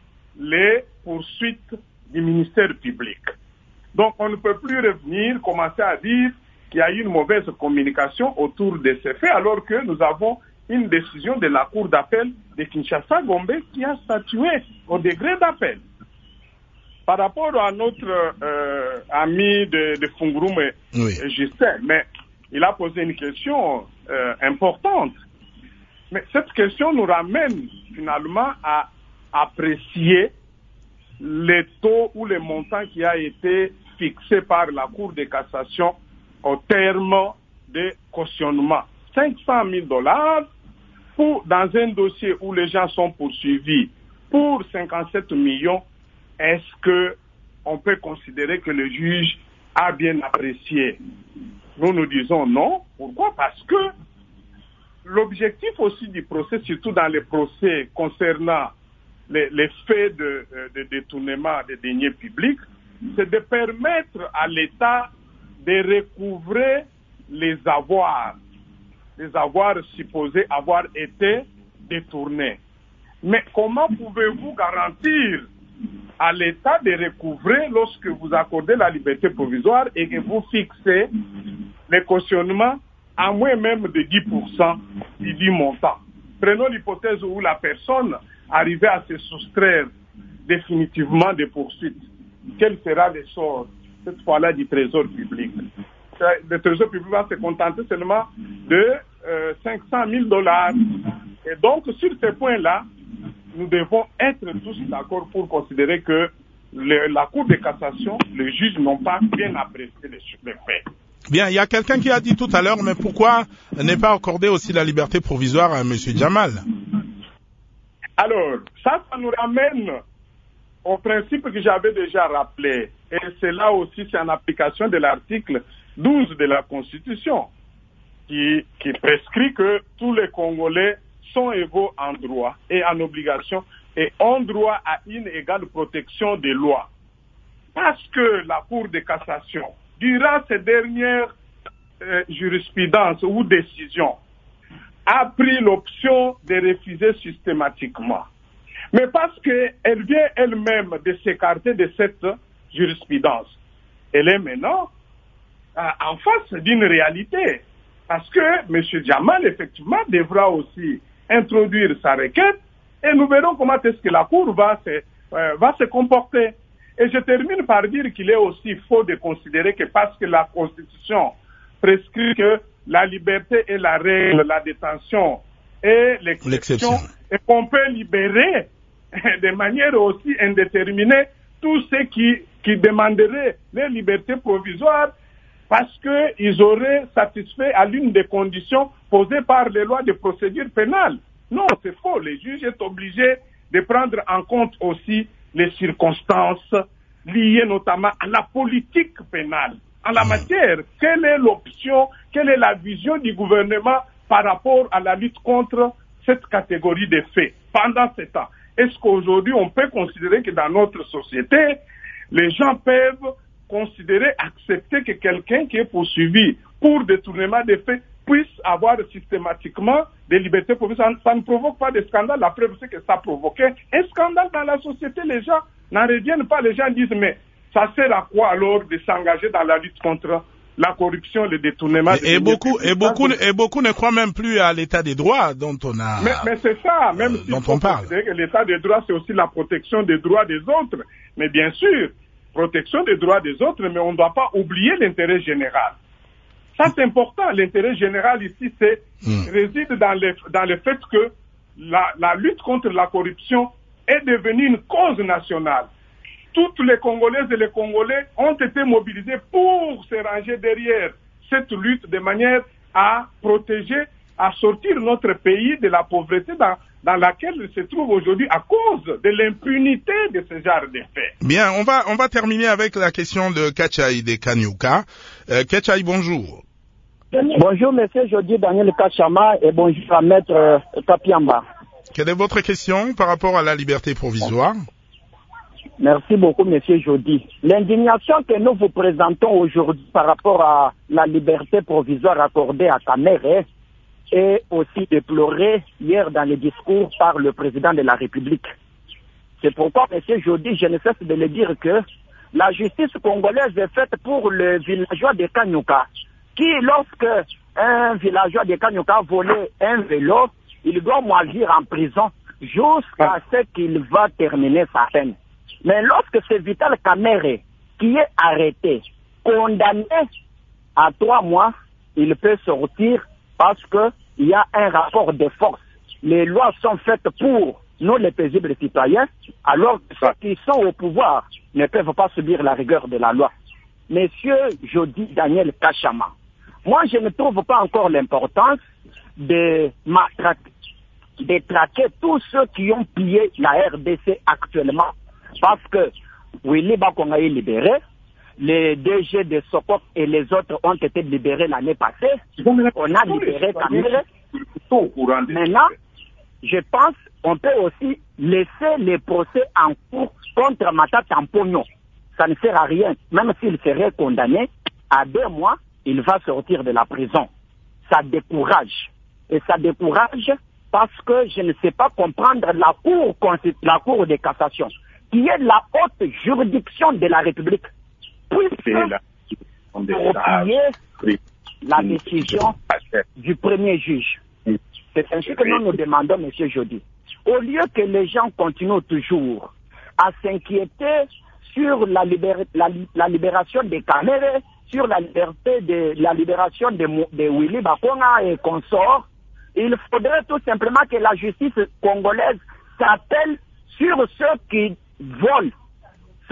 les poursuites du ministère public. Donc on ne peut plus revenir, commencer à dire qu'il y a eu une mauvaise communication autour de ces faits alors que nous avons une décision de la Cour d'appel de Kinshasa-Gombe qui a statué au degré d'appel. Par rapport à notre euh, ami de, de Fungurume, oui. Justin, mais il a posé une question euh, importante. Mais cette question nous ramène finalement à apprécier les taux ou les montants qui a été fixé par la Cour de cassation au terme de cautionnement. cinq cent mille dollars pour, dans un dossier où les gens sont poursuivis pour cinquante-sept millions, est-ce que on peut considérer que le juge a bien apprécié? Nous nous disons non. Pourquoi? Parce que l'objectif aussi du procès, surtout dans les procès concernant les, les faits de, de détournement des deniers publics, c'est de permettre à l'État de recouvrer les avoirs, les avoirs supposés avoir été détournés. Mais comment pouvez-vous garantir à l'État de recouvrer lorsque vous accordez la liberté provisoire et que vous fixez les cautionnements à moins même de dix pour cent du montant? Prenons l'hypothèse où la personne arrivait à se soustraire définitivement des poursuites. Quel sera le sort, cette fois-là, du trésor public? Le trésor public va se contenter seulement de euh, cinq cent mille dollars. Et donc, sur ces points-là, nous devons être tous d'accord pour considérer que le, la Cour de cassation, les juges n'ont pas bien apprécié les, les faits. Bien, il y a quelqu'un qui a dit tout à l'heure, mais pourquoi ne pas accorder aussi la liberté provisoire à M. Djamal? Alors, ça, ça nous ramène au principe que j'avais déjà rappelé. Et c'est là aussi, c'est en application de l'article douze de la Constitution qui, qui prescrit que tous les Congolais sont égaux en droit et en obligation et ont droit à une égale protection des lois. Parce que la Cour de cassation, durant ces dernières euh, jurisprudences ou décisions, a pris l'option de refuser systématiquement. Mais parce qu'elle vient elle-même de s'écarter de cette jurisprudence, elle est maintenant euh, en face d'une réalité. Parce que M. Djamal, effectivement, devra aussi introduire sa requête et nous verrons comment est-ce que la Cour va se, euh, va se comporter. Et je termine par dire qu'il est aussi faux de considérer que parce que la Constitution prescrit que la liberté est la règle, la détention et l'exception, et qu'on peut libérer de manière aussi indéterminée tous ceux qui, qui demanderaient les libertés provisoires parce qu'ils auraient satisfait à l'une des conditions posées par les lois de procédure pénale. Non, c'est faux. Les juges sont obligés de prendre en compte aussi les circonstances liées notamment à la politique pénale. En la matière, quelle est l'option, quelle est la vision du gouvernement par rapport à la lutte contre cette catégorie de faits pendant ce temps? Est-ce qu'aujourd'hui on peut considérer que dans notre société, les gens peuvent considérer, accepter que quelqu'un qui est poursuivi pour détournement des faits puisse avoir systématiquement des libertés provisoires? Ça, ça ne provoque pas de scandale. La preuve, c'est que ça provoquait un scandale dans la société. Les gens n'en reviennent pas. Les gens disent, mais ça sert à quoi alors de s'engager dans la lutte contre la corruption, le détournement? Et, et beaucoup, et beaucoup, et beaucoup ne croient même plus à l'état des droits dont on a. Mais, mais c'est ça, même euh, si dont on parle. Que l'état des droits, c'est aussi la protection des droits des autres. Mais bien sûr, protection des droits des autres, mais on ne doit pas oublier l'intérêt général. Ça, c'est important. L'intérêt général ici, c'est mmh. réside dans le, dans le fait que la, la lutte contre la corruption est devenue une cause nationale. Toutes les Congolaises et les Congolais ont été mobilisés pour se ranger derrière cette lutte de manière à protéger, à sortir notre pays de la pauvreté dans, dans laquelle il se trouve aujourd'hui à cause de l'impunité de ce genre de faits. Bien, on va, on va terminer avec la question de Kachaï de Kanyuka. Euh, Kachaï, bonjour. Bonjour, monsieur Jody Daniel Kachama et bonjour à maître euh, Kapiamba. Quelle est votre question par rapport à la liberté provisoire? Merci beaucoup, monsieur Jody. L'indignation que nous vous présentons aujourd'hui par rapport à la liberté provisoire accordée à Kamere est aussi déplorée hier dans le discours par le président de la République. C'est pourquoi, monsieur Jody, je ne cesse de le dire que la justice congolaise est faite pour le villageois de Kanyuka, qui, lorsque un villageois de Kanyuka a volé un vélo, il doit moisir en prison jusqu'à ce qu'il va terminer sa peine. Mais lorsque c'est Vital Kamerhe qui est arrêté, condamné à trois mois, il peut sortir parce qu'il y a un rapport de force. Les lois sont faites pour nous, les paisibles citoyens, alors que ceux qui sont au pouvoir ne peuvent pas subir la rigueur de la loi. Monsieur Jody Daniel Kachama, moi je ne trouve pas encore l'importance de matraquer, de traquer tous ceux qui ont pillé la R D C actuellement. Parce que Willy Bakonga est libéré, les D G de Sokop et les autres ont été libérés l'année passée. On a libéré Kamere. Maintenant, je pense qu'on peut aussi laisser les procès en cours contre Matata Mpogno. Ça ne sert à rien. Même s'il serait condamné, à deux mois, il va sortir de la prison. Ça décourage. Et ça décourage parce que je ne sais pas comprendre la cour, la cour de cassation, qui est la haute juridiction de la République, puisque pour oublier la décision du premier juge. C'est ainsi que nous nous demandons, monsieur Jody, au lieu que les gens continuent toujours à s'inquiéter sur la, libér la, la libération des Kamere, sur la liberté de la libération de, de Willy Bakonga et consorts, il faudrait tout simplement que la justice congolaise s'appelle sur ceux qui volent,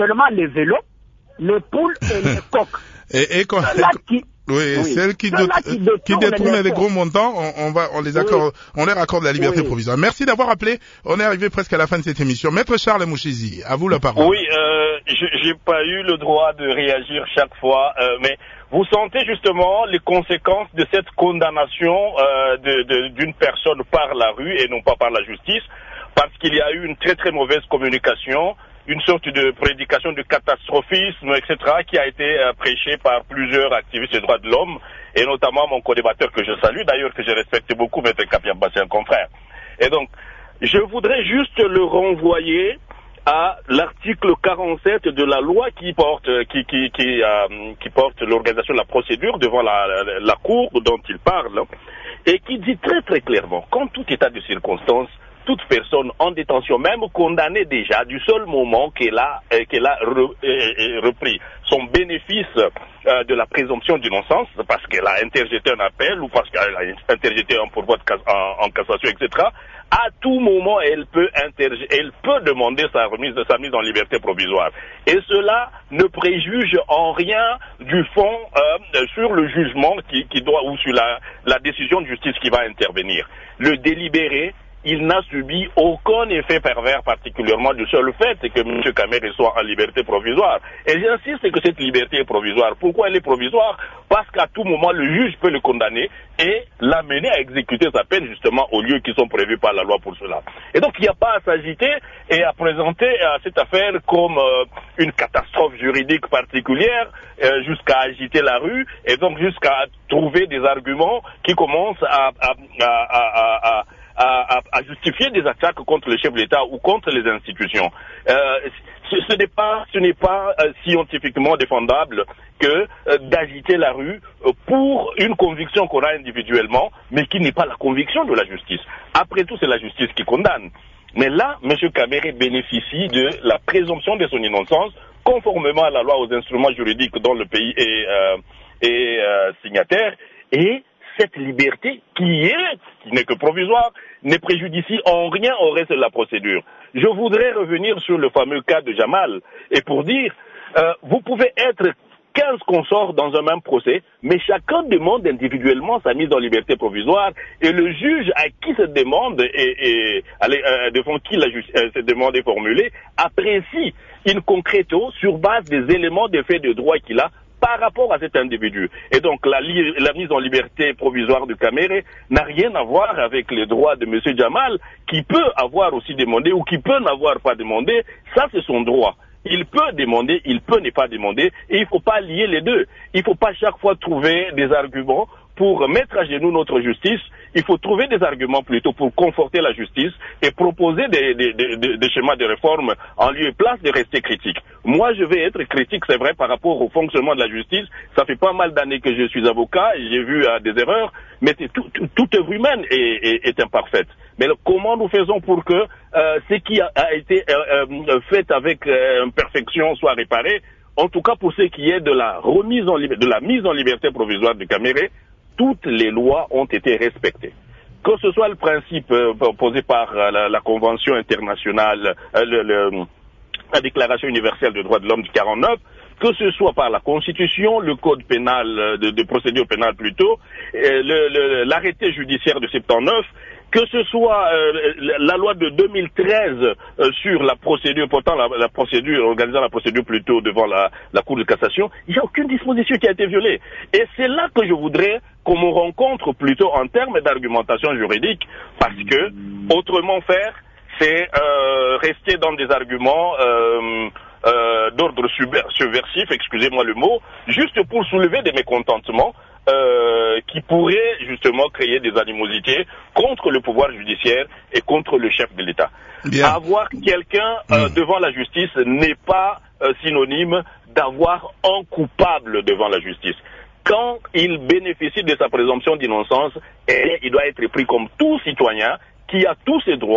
seulement les vélos, les poules et les coques. Et, et quand, qui, oui, oui, celles qui, de, qui, qui détournent des gros montants, on, on va, on les accorde, oui. on leur accorde la liberté oui. provisoire. Merci d'avoir appelé. On est arrivé presque à la fin de cette émission. Maître Charles Mouchizi, à vous la parole. Oui, euh, j'ai pas eu le droit de réagir chaque fois, euh, mais vous sentez justement les conséquences de cette condamnation euh, de, de, d'une personne par la rue et non pas par la justice, parce qu'il y a eu une très très mauvaise communication, une sorte de prédication de catastrophisme, et cetera, qui a été euh, prêchée par plusieurs activistes des droits de l'homme, et notamment mon co-débatteur que je salue, d'ailleurs que je respecte beaucoup, Maître Kapiamba, c'est un confrère. Et donc, je voudrais juste le renvoyer à l'article quarante-sept de la loi qui porte qui qui qui, euh, qui porte l'organisation de la procédure devant la, la, la cour dont il parle, et qui dit très très clairement qu'en tout état de circonstance, toute personne en détention, même condamnée déjà, du seul moment qu'elle a, euh, qu'elle a re, euh, repris son bénéfice euh, de la présomption d'innocence, parce qu'elle a interjeté un appel ou parce qu'elle a interjeté un pourvoi de cas, en, en cassation, et cetera, à tout moment, elle peut, interje- elle peut demander sa remise, sa mise en liberté provisoire. Et cela ne préjuge en rien du fond euh, sur le jugement qui, qui doit, ou sur la, la décision de justice qui va intervenir. Le délibéré, il n'a subi aucun effet pervers, particulièrement du seul fait que M. Kamere soit en liberté provisoire. Et j'insiste que cette liberté est provisoire. Pourquoi elle est provisoire? Parce qu'à tout moment, le juge peut le condamner et l'amener à exécuter sa peine, justement, aux lieux qui sont prévus par la loi pour cela. Et donc, il n'y a pas à s'agiter et à présenter euh, cette affaire comme euh, une catastrophe juridique particulière, euh, jusqu'à agiter la rue et donc jusqu'à trouver des arguments qui commencent à... à, à, à, à À, à, à justifier des attaques contre le chef de l'État ou contre les institutions. Euh, ce, ce n'est pas, ce n'est pas euh, scientifiquement défendable que euh, d'agiter la rue euh, pour une conviction qu'on a individuellement, mais qui n'est pas la conviction de la justice. Après tout, c'est la justice qui condamne. Mais là, M. Kamere bénéficie de la présomption de son innocence, conformément à la loi, aux instruments juridiques dont le pays est, euh, est euh, signataire, et cette liberté, qui est, qui n'est que provisoire, ne préjudicie en rien au reste de la procédure. Je voudrais revenir sur le fameux cas de Jamal, et pour dire, euh, vous pouvez être quinze consorts dans un même procès, mais chacun demande individuellement sa mise en liberté provisoire, et le juge à qui cette demande est, est allez, euh, devant qui la ju- euh, cette demande est formulée, apprécie in concreto sur base des éléments de fait de droit qu'il a par rapport à cet individu. Et donc la, li- la mise en liberté provisoire de Kamere n'a rien à voir avec les droits de M. Jamal, qui peut avoir aussi demandé ou qui peut n'avoir pas demandé. Ça, c'est son droit. Il peut demander, il peut ne pas demander, et il ne faut pas lier les deux. Il ne faut pas chaque fois trouver des arguments pour mettre à genoux notre justice. Il faut trouver des arguments plutôt pour conforter la justice et proposer des, des, des, des schémas de réforme en lieu et place de rester critique. Moi, je vais être critique, c'est vrai, par rapport au fonctionnement de la justice. Ça fait pas mal d'années que je suis avocat et j'ai vu euh, des erreurs, mais tout, tout, toute œuvre humaine est, est, est imparfaite. Mais le, comment nous faisons pour que euh, ce qui a, a été euh, euh, fait avec euh, perfection soit réparé? En tout cas, pour ce qui est de la remise en liberté, de la mise en liberté provisoire de Kamere, toutes les lois ont été respectées. Que ce soit le principe euh, posé par euh, la, la Convention internationale, euh, le, le, la Déclaration universelle des droits de l'homme du quarante-neuf, que ce soit par la Constitution, le Code pénal, euh, de, de procédure pénale plutôt, euh, le, le, l'arrêté judiciaire de soixante-dix-neuf, que ce soit euh, la loi de deux mille treize euh, sur la procédure, pourtant la, la procédure, organisant la procédure plutôt devant la, la Cour de cassation, il n'y a aucune disposition qui a été violée. Et c'est là que je voudrais qu'on me rencontre plutôt en termes d'argumentation juridique, parce que autrement faire, c'est euh, rester dans des arguments euh, euh, d'ordre subversif, excusez-moi le mot, juste pour soulever des mécontentements Euh, qui pourrait justement créer des animosités contre le pouvoir judiciaire et contre le chef de l'État. Bien. Avoir quelqu'un euh, mmh. devant la justice n'est pas euh, synonyme d'avoir un coupable devant la justice. Quand il bénéficie de sa présomption d'innocence, il doit être pris comme tout citoyen qui a tous ses droits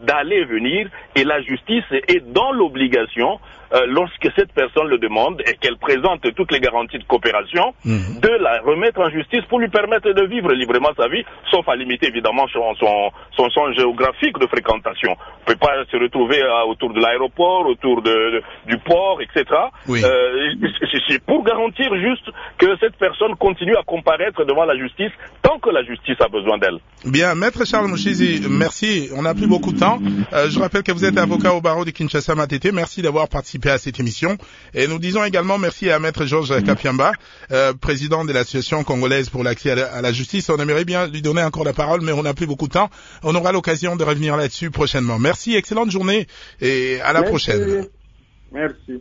d'aller et venir, et la justice est dans l'obligation, euh, lorsque cette personne le demande et qu'elle présente toutes les garanties de coopération, mmh. de la remettre en justice pour lui permettre de vivre librement sa vie, sauf à limiter évidemment son, son, son, son géographique de fréquentation. On ne peut pas se retrouver euh, autour de l'aéroport, autour de, de, du port, et cetera. Oui. Euh, c'est pour garantir juste que cette personne continue à comparaître devant la justice tant que la justice a besoin d'elle. Bien, Maître Charles Mouchizi, merci. On n'a plus beaucoup de temps. Euh, je rappelle que vous êtes avocat au barreau de Kinshasa Matete. Merci d'avoir participé à cette émission. Et nous disons également merci à Maître Georges Kapiamba, euh, président de l'Association congolaise pour l'accès à la, à la justice. On aimerait bien lui donner encore la parole, mais on n'a plus beaucoup de temps. On aura l'occasion de revenir là-dessus prochainement. Merci, excellente journée et à la merci. prochaine. Merci.